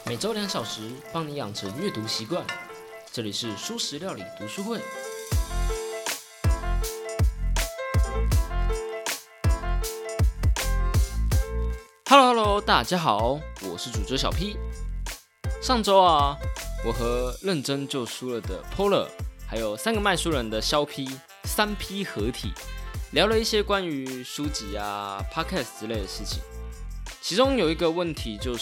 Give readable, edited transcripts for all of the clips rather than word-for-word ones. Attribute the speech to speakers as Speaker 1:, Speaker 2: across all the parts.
Speaker 1: 每周2小时，帮你养成阅读习惯。这里是蔬食料理读书会。Hello， 大家好，我是主角小 P。上周我和认真就输了的 Polar， 还有3个卖书人的肖 P，3P 合体，聊了一些关于书籍Podcast 之类的事情。其中有一个问题就是，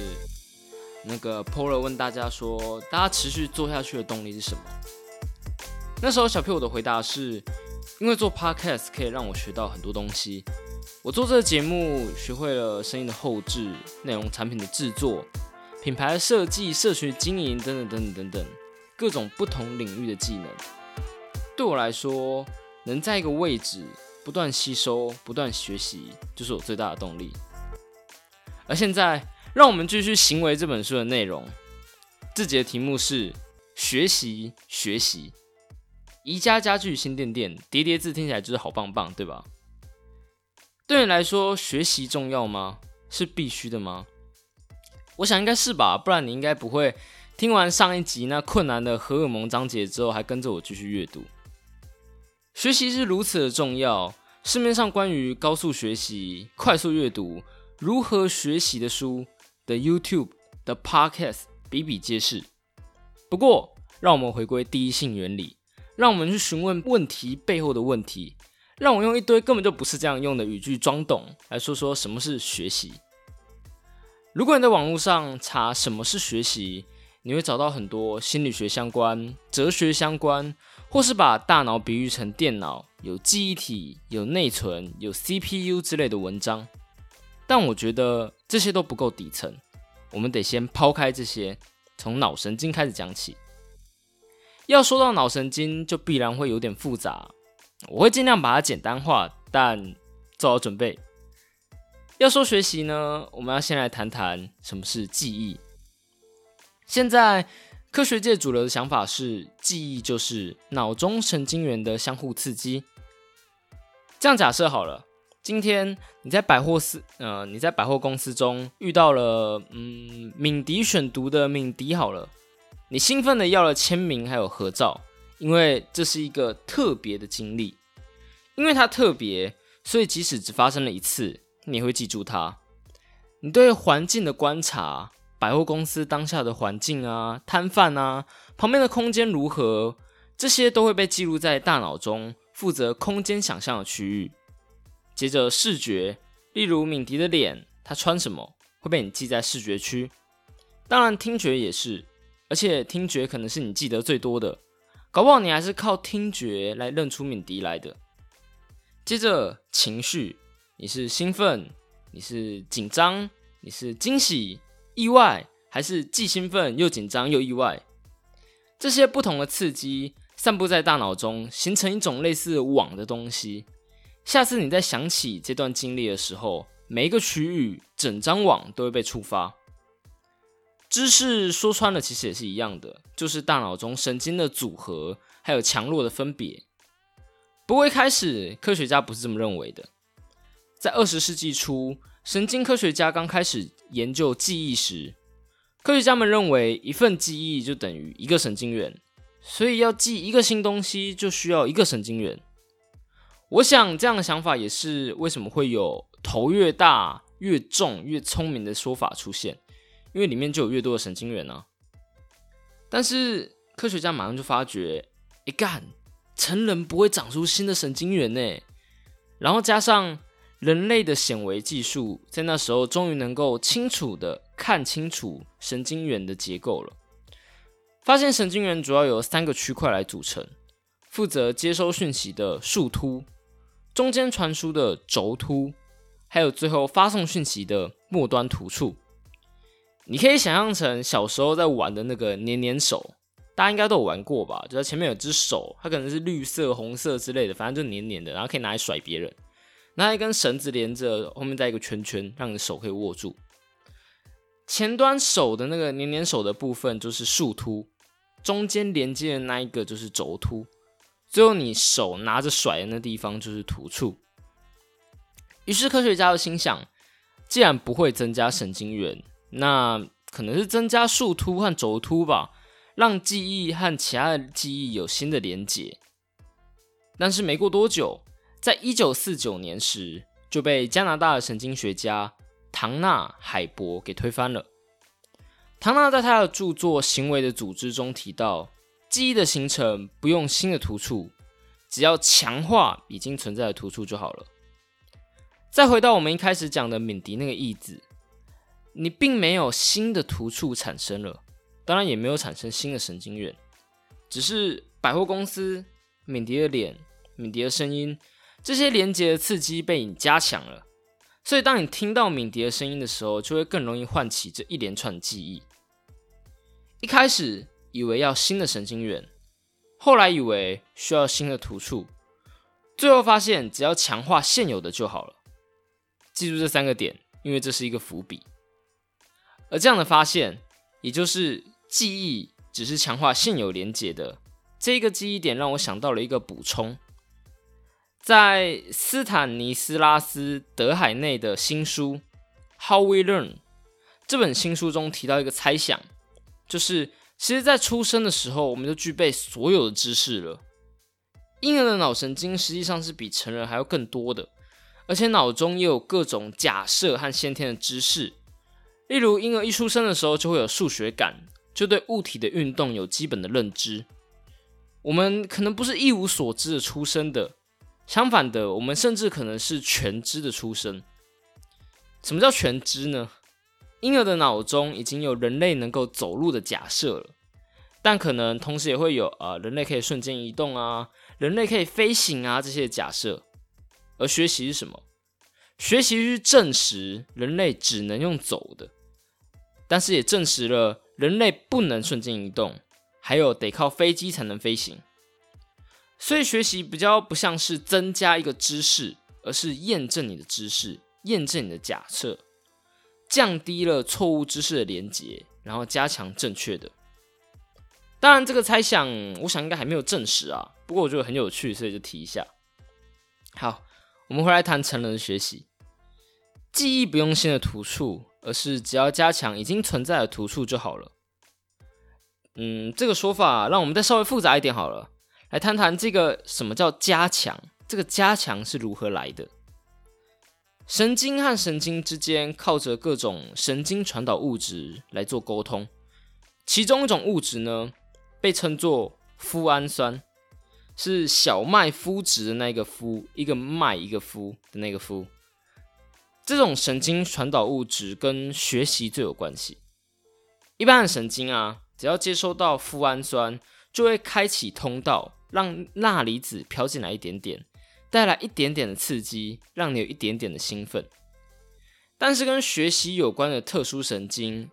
Speaker 1: 那个 Polar 问大家说，大家持续做下去的动力是什么？那时候小 P 我的回答是，因为做 Podcast 可以让我学到很多东西。我做这个节目，学会了声音的后制、内容产品的制作、品牌的设计、社群经营等等，各种不同领域的技能。对我来说，能在一个位置不断吸收、不断学习，就是我最大的动力。而现在，让我们继续行为这本书的内容。这节的题目是学习。宜家家具新店，叠字听起来就是好棒棒，对吧？对你来说，学习重要吗？是必须的吗？我想应该是吧，不然你应该不会听完上一集那困难的荷尔蒙章节之后，还跟着我继续阅读。学习是如此的重要，市面上关于高速学习、快速阅读、如何学习的书的 YouTube 的 Podcast 比比皆是。不过，让我们回归第一性原理，让我们去询问问题背后的问题。让我用一堆根本就不是这样用的语句装懂来说说什么是学习。如果你在网络上查什么是学习，你会找到很多心理学相关、哲学相关，或是把大脑比喻成电脑，有记忆体、有内存、有 CPU 之类的文章。但我觉得这些都不够底层，我们得先抛开这些，从脑神经开始讲起。要说到脑神经，就必然会有点复杂。我会尽量把它简单化，但做好准备。要说学习呢，我们要先来谈谈什么是记忆。现在科学界主流的想法是，记忆就是脑中神经元的相互刺激。这样假设好了，今天你在百货公司中遇到了敏迪选读的敏迪好了，你兴奋的要了签名还有合照。因为这是一个特别的经历，因为它特别，所以即使只发生了一次，你也会记住它。你对环境的观察，百货公司当下的环境摊贩旁边的空间如何，这些都会被记录在大脑中，负责空间想象的区域。接着视觉，例如敏迪的脸，他穿什么，会被你记在视觉区。当然听觉也是，而且听觉可能是你记得最多的。搞不好你还是靠听觉来认出敏迪来的。接着情绪，你是兴奋，你是紧张，你是惊喜、意外，还是既兴奋又紧张又意外？这些不同的刺激散布在大脑中，形成一种类似网的东西。下次你在想起这段经历的时候，每一个区域、整张网都会被触发。知识说穿了其实也是一样的，就是大脑中神经的组合还有强弱的分别。不过一开始科学家不是这么认为的。在20世纪初，神经科学家刚开始研究记忆时，科学家们认为一份记忆就等于一个神经元，所以要记一个新东西就需要一个神经元。我想这样的想法也是为什么会有头越大越重越聪明的说法出现，因为里面就有越多的神经元但是科学家马上就发觉，成人不会长出新的神经元呢。然后加上人类的显微技术，在那时候终于能够清楚的看清楚神经元的结构了。发现神经元主要由3个区块来组成，负责接收讯息的树突，中间传输的轴突，还有最后发送讯息的末端突触。你可以想象成小时候在玩的那个黏黏手，大家应该都有玩过吧？就在前面有只手，它可能是绿色、红色之类的，反正就黏黏的，然后可以拿来甩别人。拿一根绳子连着，后面再一个圈圈，让你的手可以握住。前端手的那个黏黏手的部分就是树突，中间连接的那一个就是轴突，最后你手拿着甩的那地方就是突触。于是科学家就心想，既然不会增加神经元，那可能是增加树突和轴突吧，让记忆和其他的记忆有新的连结。但是没过多久，在1949年时就被加拿大的神经学家唐纳·海伯给推翻了。唐纳在他的著作《行为的组织》中提到，记忆的形成不用新的突触，只要强化已经存在的突触就好了。再回到我们一开始讲的敏迪那个例子，你并没有新的突触产生了，当然也没有产生新的神经元，只是百货公司、敏迪的脸、敏迪的声音，这些连结的刺激被你加强了，所以当你听到敏迪的声音的时候，就会更容易唤起这一连串记忆。一开始以为要新的神经元，后来以为需要新的突触，最后发现只要强化现有的就好了。记住这3个点，因为这是一个伏笔。而这样的发现，也就是记忆只是强化现有连结的这个记忆点，让我想到了一个补充。在斯坦尼斯拉斯·德海内的新书《How We Learn》这本新书中提到一个猜想，就是其实在出生的时候我们就具备所有的知识了。婴儿的脑神经实际上是比成人还要更多的，而且脑中也有各种假设和先天的知识。例如婴儿一出生的时候就会有数学感，就对物体的运动有基本的认知。我们可能不是一无所知的出生的，相反的，我们甚至可能是全知的出生。什么叫全知呢？婴儿的脑中已经有人类能够走路的假设了，但可能同时也会有人类可以瞬间移动啊，人类可以飞行啊这些假设。而学习是什么？学习是证实人类只能用走的，但是也证实了人类不能瞬间移动，还有得靠飞机才能飞行。所以学习比较不像是增加一个知识，而是验证你的知识，验证你的假设，降低了错误知识的连结，然后加强正确的。当然这个猜想我想应该还没有证实啊，不过我觉得很有趣，所以就提一下。好，我们回来谈成人的学习。记忆不用新的突触，而是只要加强已经存在的突触就好了。这个说法让我们再稍微复杂一点好了，来谈谈这个什么叫加强，这个加强是如何来的。神经和神经之间靠着各种神经传导物质来做沟通，其中一种物质呢，被称作麩氨酸，是小麦麩质的那个麩，一个麦一个麩的那个麩。这种神经传导物质跟学习最有关系。一般的神经啊，只要接收到麩氨酸，就会开启通道，让钠离子飘进来一点点，带来一点点的刺激，让你有一点点的兴奋。但是跟学习有关的特殊神经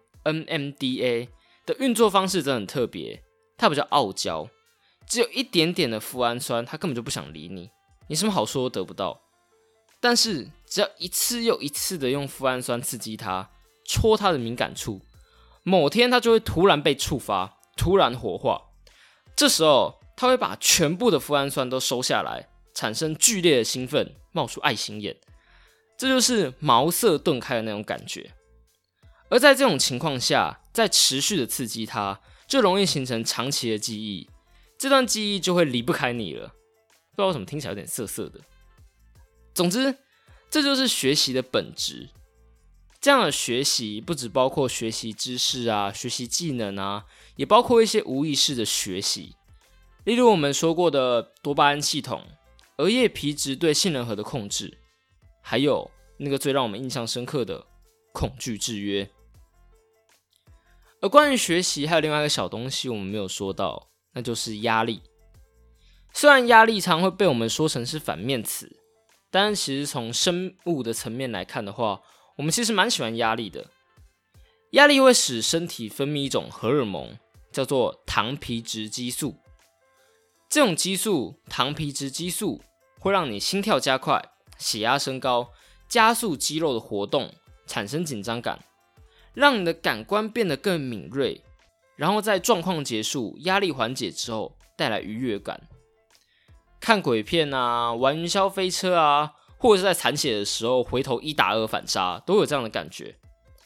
Speaker 1: NMDA 的运作方式真的很特别，它比较傲娇，只有一点点的麩氨酸，它根本就不想理你，你什么好说都得不到。但是只要一次又一次的用麩氨酸刺激它，戳它的敏感处，某天它就会突然被触发，突然活化。这时候它会把全部的麩氨酸都收下来，产生剧烈的兴奋，冒出爱心眼，这就是茅塞顿开的那种感觉。而在这种情况下，再持续的刺激它，就容易形成长期的记忆，这段记忆就会离不开你了。不知道为什么听起来有点涩涩的。总之，这就是学习的本质。这样的学习不只包括学习知识啊、学习技能啊，也包括一些无意识的学习，例如我们说过的多巴胺系统、额叶皮质对杏仁核的控制，还有那个最让我们印象深刻的恐惧制约。而关于学习还有另外一个小东西我们没有说到，那就是压力。虽然压力常会被我们说成是反面词，但是其实从生物的层面来看的话，我们其实蛮喜欢压力的。压力会使身体分泌一种荷尔蒙，叫做糖皮质激素。这种激素，糖皮质激素，会让你心跳加快、血压升高，加速肌肉的活动，产生紧张感，让你的感官变得更敏锐，然后在状况结束、压力缓解之后，带来愉悦感。看鬼片啊，玩云霄飞车啊，或者是在残血的时候回头一打二反杀，都有这样的感觉。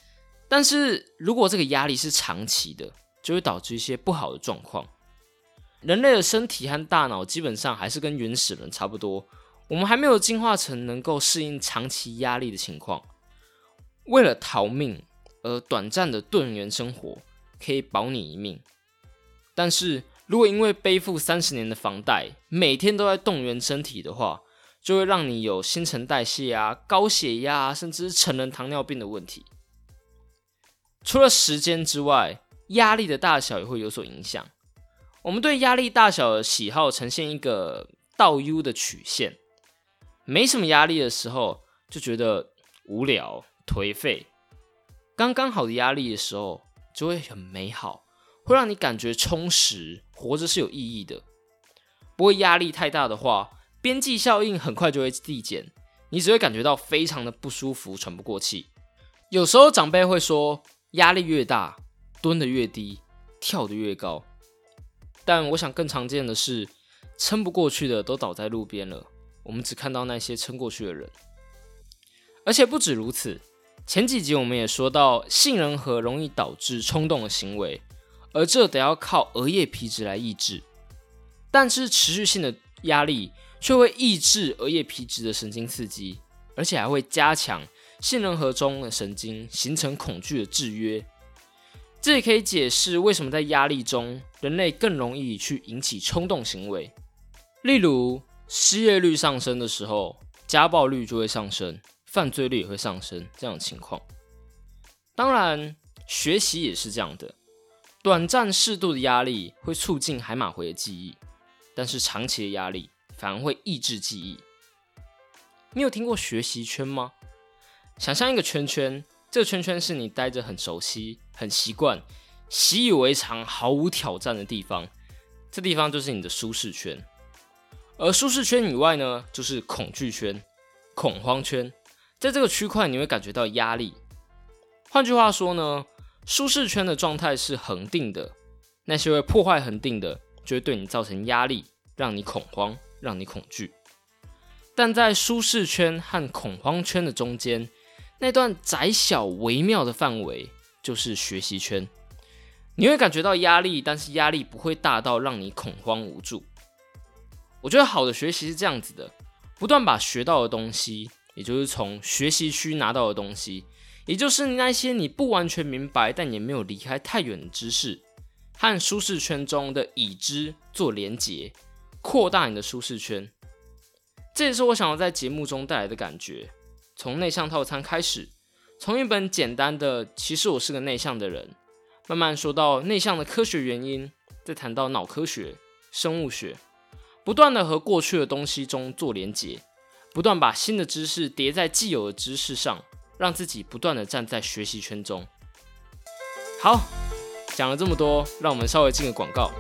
Speaker 1: 但是如果这个压力是长期的，就会导致一些不好的状况。人类的身体和大脑基本上还是跟原始人差不多，我们还没有进化成能够适应长期压力的情况。为了逃命而短暂的盾圆生活可以保你一命，但是如果因为背负30年的房贷，每天都在动员身体的话，就会让你有新陈代谢啊、高血压啊，甚至是成人糖尿病的问题。除了时间之外，压力的大小也会有所影响。我们对压力大小的喜好呈现一个倒 U 的曲线，没什么压力的时候就觉得无聊、颓废，刚刚好的压力的时候就会很美好，会让你感觉充实，活着是有意义的。不过压力太大的话，边际效应很快就会递减，你只会感觉到非常的不舒服，喘不过气。有时候长辈会说，压力越大，蹲得越低，跳得越高。但我想更常见的是，撑不过去的都倒在路边了，我们只看到那些撑过去的人。而且不止如此，前几集我们也说到，杏仁核容易导致冲动的行为，而这得要靠额叶皮质来抑制。但是持续性的压力却会抑制额叶皮质的神经刺激，而且还会加强杏仁核中的神经，形成恐惧的制约。这也可以解释为什么在压力中，人类更容易去引起冲动行为。例如，失业率上升的时候，家暴率就会上升，犯罪率也会上升，这样的情况。当然，学习也是这样的，短暂适度的压力会促进海马回的记忆，但是长期的压力反而会抑制记忆。你有听过学习圈吗？想象一个圈圈，这个圈圈是你待着很熟悉、很习惯、习以为常、毫无挑战的地方，这地方就是你的舒适圈。而舒适圈以外呢，就是恐惧圈、恐慌圈，在这个区块你会感觉到压力。换句话说呢，舒适圈的状态是恒定的，那些会破坏恒定的，就会对你造成压力，让你恐慌，让你恐惧。但在舒适圈和恐慌圈的中间，那段窄小微妙的范围就是学习圈。你会感觉到压力，但是压力不会大到让你恐慌无助。我觉得好的学习是这样子的，不断把学到的东西，也就是从学习区拿到的东西，也就是那些你不完全明白但也没有离开太远的知识，和舒适圈中的已知做连结，扩大你的舒适圈。这也是我想要在节目中带来的感觉。从内向套餐开始，从一本简单的其实我是个内向的人，慢慢说到内向的科学原因，再谈到脑科学、生物学，不断的和过去的东西中做连结，不断把新的知识叠在既有的知识上，让自己不断的站在学习圈中。好，讲了这么多，让我们稍微进个广告。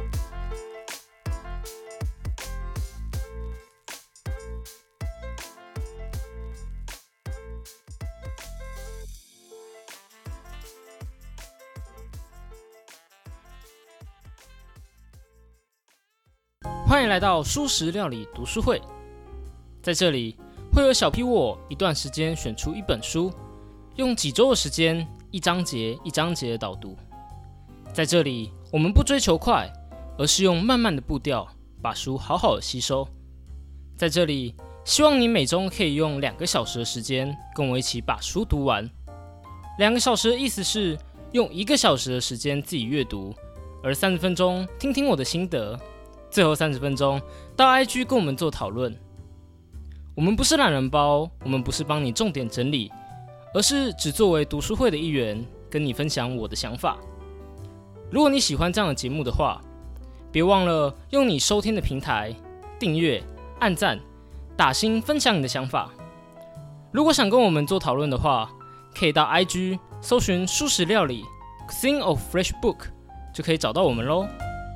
Speaker 1: 欢迎来到蔬食料理读书会，在这里会有小 P 我一段时间选出一本书，用几周的时间，一章节一章节的导读。在这里，我们不追求快，而是用慢慢的步调，把书好好的吸收。在这里，希望你每周可以用2个小时的时间，跟我一起把书读完。2个小时的意思是用1个小时的时间自己阅读，而30分钟听听我的心得。最后30分钟到 IG 跟我们做讨论。我们不是懒人包，我们不是帮你重点整理，而是只作为读书会的一员，跟你分享我的想法。如果你喜欢这样的节目的话，别忘了用你收听的平台订阅、按赞、打星分享你的想法。如果想跟我们做讨论的话，可以到 IG 搜寻蔬食料理 Cuisine of Fresh Book 就可以找到我们咯。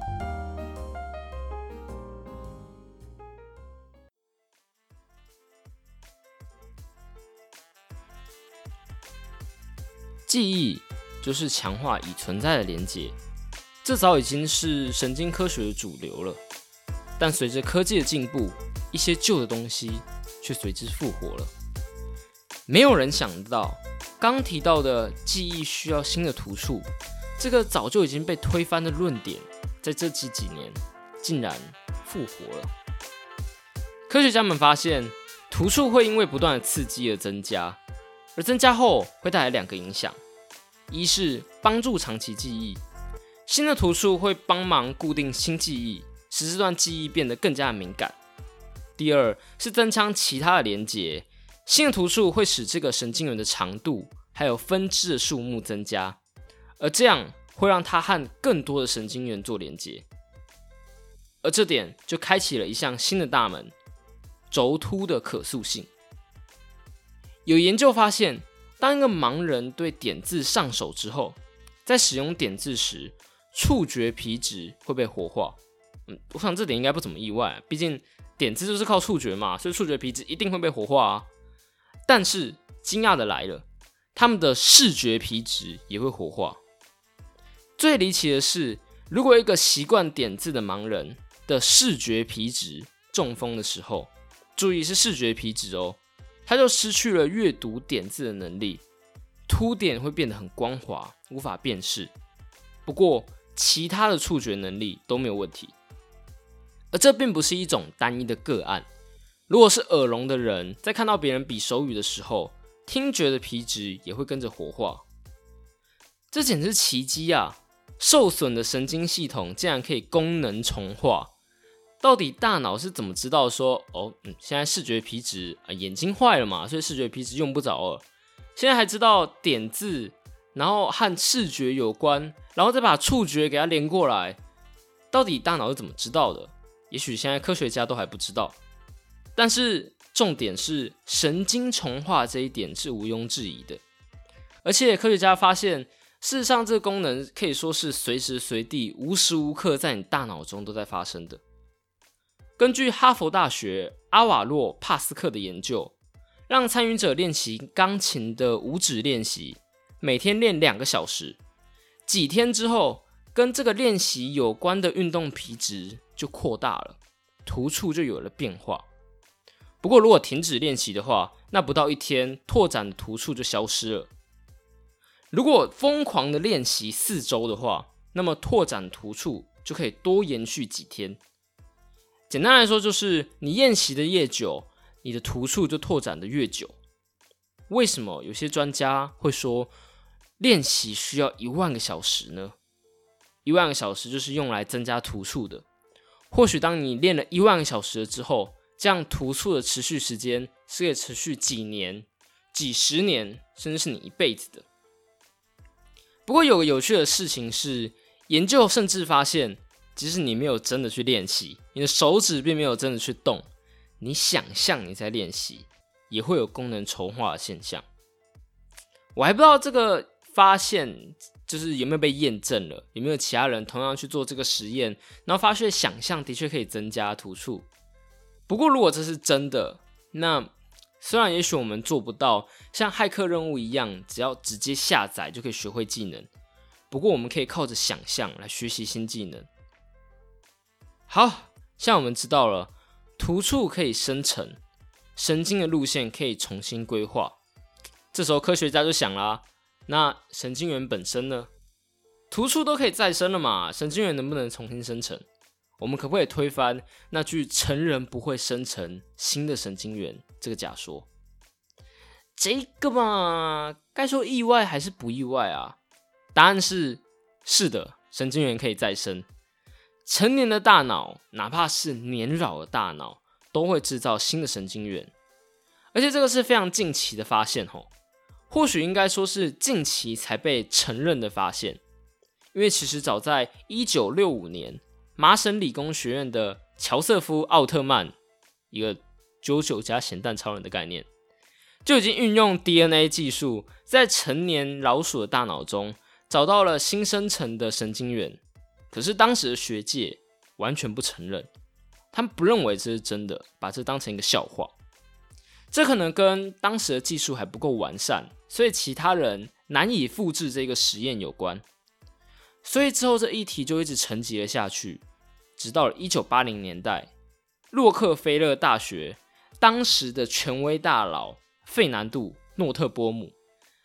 Speaker 1: 记忆就是强化已存在的连结，这早已经是神经科学的主流了。但随着科技的进步，一些旧的东西却随之复活了。没有人想到， 刚提到的记忆需要新的突触，这个早就已经被推翻的论点，在这几年竟然复活了。科学家们发现，突触会因为不断的刺激而增加，而增加后会带来2个影响：一是帮助长期记忆，新的突触会帮忙固定新记忆，使这段记忆变得更加的敏感；第二是增强其他的连结，新的突触会使这个神经元的长度还有分支的数目增加，而这样会让它和更多的神经元做连结，而这点就开启了一项新的大门：轴突的可塑性。有研究发现，当一个盲人对点字上手之后，在使用点字时，触觉皮质会被活化。我想这点应该不怎么意外，毕竟点字就是靠触觉嘛，所以触觉皮质一定会被活化啊。但是惊讶的来了，他们的视觉皮质也会活化。最离奇的是，如果一个习惯点字的盲人的视觉皮质中风的时候，注意是视觉皮质哦，他就失去了阅读点字的能力，凸点会变得很光滑，无法辨识。不过其他的触觉能力都没有问题。而这并不是一种单一的个案，如果是耳聋的人，在看到别人比手语的时候，听觉的皮质也会跟着活化。这简直是奇迹啊！受损的神经系统竟然可以功能重化。到底大脑是怎么知道说，现在视觉皮质眼睛坏了嘛，所以视觉皮质用不着了。现在还知道点字，然后和视觉有关，然后再把触觉给它连过来。到底大脑是怎么知道的？也许现在科学家都还不知道。但是重点是神经重化这一点是毋庸置疑的。而且科学家发现，事实上这个功能可以说是随时随地、无时无刻在你大脑中都在发生的。根据哈佛大学阿瓦洛帕斯克的研究，让参与者练习钢琴的五指练习，每天练2个小时，几天之后，跟这个练习有关的运动皮质就扩大了，突触就有了变化。不过如果停止练习的话，那不到1天，拓展的突触就消失了。如果疯狂的练习4周的话，那么拓展突触就可以多延续几天。简单来说，就是你练习的越久，你的突触就拓展的越久。为什么有些专家会说练习需要10000个小时呢？10000个小时就是用来增加突触的。或许当你练了10000个小时了之后，这样突触的持续时间是可以持续几年、几十年，甚至是你一辈子的。不过有个有趣的事情是，研究甚至发现，即使你没有真的去练习，你的手指并没有真的去动，你想象你在练习，也会有功能重化的现象。我还不知道这个发现就是有没有被验证了，有没有其他人同样去做这个实验，然后发现想象的确可以增加突触。不过如果这是真的，那虽然也许我们做不到像骇客任务一样，只要直接下载就可以学会技能，不过我们可以靠着想象来学习新技能。好，像我们知道了，突触可以生成，神经的路线可以重新规划。这时候科学家就想啦，那神经元本身呢？突触都可以再生了嘛，神经元能不能重新生成？我们可不可以推翻那句成人不会生成新的神经元这个假说？这个嘛，该说意外还是不意外啊？答案是的，神经元可以再生。成年的大脑，哪怕是年老的大脑，都会制造新的神经元，而且这个是非常近期的发现吼，或许应该说是近期才被承认的发现，因为其实早在1965年，麻省理工学院的乔瑟夫·奥特曼，一个99加咸蛋超人的概念，就已经运用 DNA 技术，在成年老鼠的大脑中找到了新生成的神经元。可是当时的学界完全不承认，他们不认为这是真的，把这当成一个笑话。这可能跟当时的技术还不够完善，所以其他人难以复制这个实验有关。所以之后这议题就一直沉寂了下去，直到了1980年代，洛克菲勒大学当时的权威大佬费南度·诺特波姆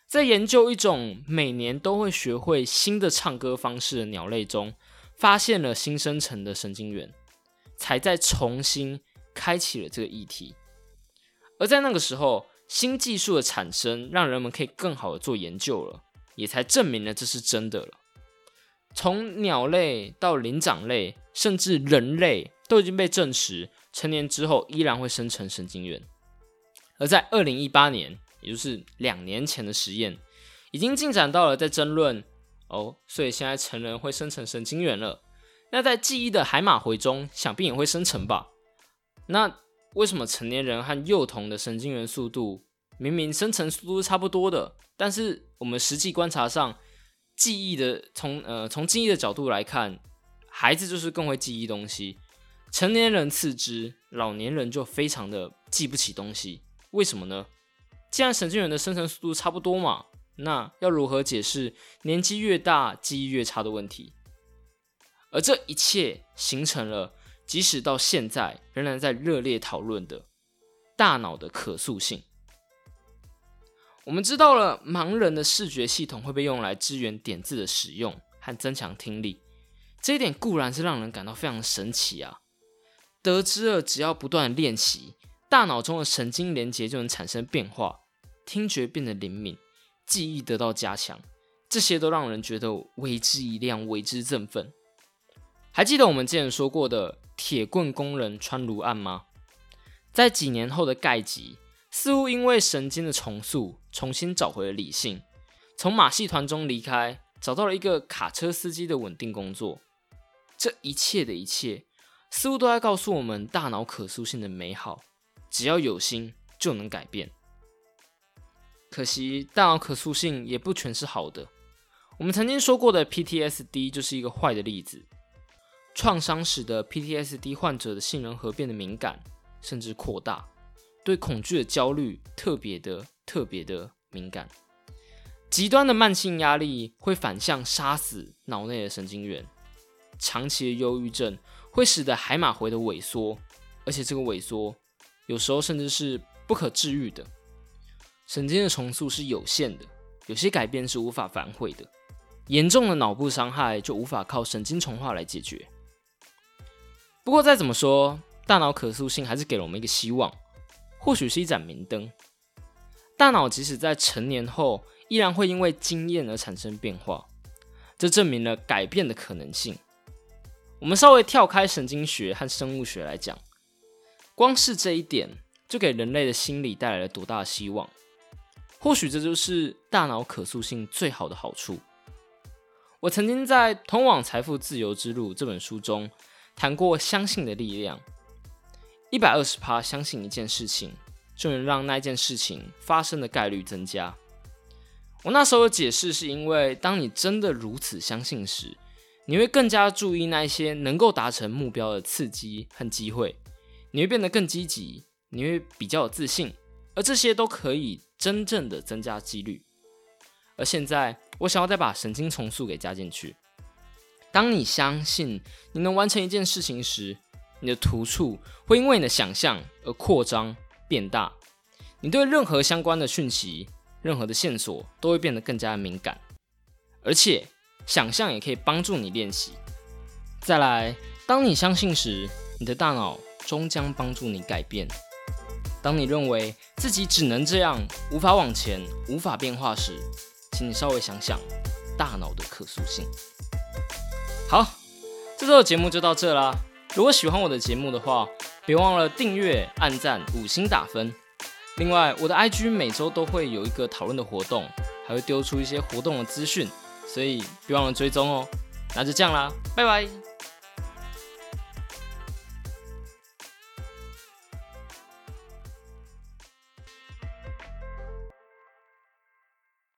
Speaker 1: 在研究一种每年都会学会新的唱歌方式的鸟类中，发现了新生成的神经元，才再重新开启了这个议题。而在那个时候，新技术的产生让人们可以更好的做研究了，也才证明了这是真的了。从鸟类到灵长类，甚至人类都已经被证实，成年之后依然会生成神经元。而在2018年，也就是2年前的实验，已经进展到了在争论所以现在成人会生成神经元了，那在记忆的海马回中，想必也会生成吧？那为什么成年人和幼童的神经元速度明明生成速度是差不多的，但是我们实际观察上，从记忆的角度来看，孩子就是更会记忆东西，成年人次之，老年人就非常的记不起东西。为什么呢？既然神经元的生成速度差不多嘛，那要如何解释年纪越大记忆越差的问题？而这一切形成了即使到现在仍然在热烈讨论的大脑的可塑性。我们知道了盲人的视觉系统会被用来支援点字的使用和增强听力，这一点固然是让人感到非常神奇啊。得知了只要不断的练习，大脑中的神经连结就能产生变化，听觉变得灵敏，记忆得到加强，这些都让人觉得为之一亮，为之振奋。还记得我们之前说过的铁棍工人川卢案吗？在几年后的盖吉，似乎因为神经的重塑，重新找回了理性，从马戏团中离开，找到了一个卡车司机的稳定工作。这一切的一切，似乎都在告诉我们大脑可塑性的美好，只要有心就能改变。可惜大脑可塑性也不全是好的，我们曾经说过的 PTSD 就是一个坏的例子。创伤使得 PTSD 患者的杏仁核变得敏感，甚至扩大，对恐惧的焦虑特别的敏感。极端的慢性压力会反向杀死脑内的神经元，长期的忧郁症会使得海马回的萎缩，而且这个萎缩有时候甚至是不可治愈的。神经的重塑是有限的，有些改变是无法反悔的，严重的脑部伤害就无法靠神经重化来解决。不过再怎么说，大脑可塑性还是给了我们一个希望，或许是一盏明灯。大脑即使在成年后，依然会因为经验而产生变化，这证明了改变的可能性。我们稍微跳开神经学和生物学来讲，光是这一点就给人类的心理带来了多大的希望。或许这就是大脑可塑性最好的好处。我曾经在《通往财富自由之路》这本书中谈过相信的力量。120% 相信一件事情，就能让那件事情发生的概率增加。我那时候的解释是因为，当你真的如此相信时，你会更加注意那些能够达成目标的刺激和机会，你会变得更积极，你会比较有自信，而这些都可以真正的增加几率。而现在，我想要再把神经重塑给加进去。当你相信你能完成一件事情时，你的突触会因为你的想象而扩张变大，你对任何相关的讯息、任何的线索都会变得更加敏感，而且想象也可以帮助你练习。再来，当你相信时，你的大脑终将帮助你改变。当你认为自己只能这样，无法往前，无法变化时，请你稍微想想大脑的可塑性。好，这周的节目就到这啦。如果喜欢我的节目的话，别忘了订阅、按赞、5星打分。另外，我的 IG 每周都会有一个讨论的活动，还会丢出一些活动的资讯，所以别忘了追踪哦。那就这样啦，拜拜。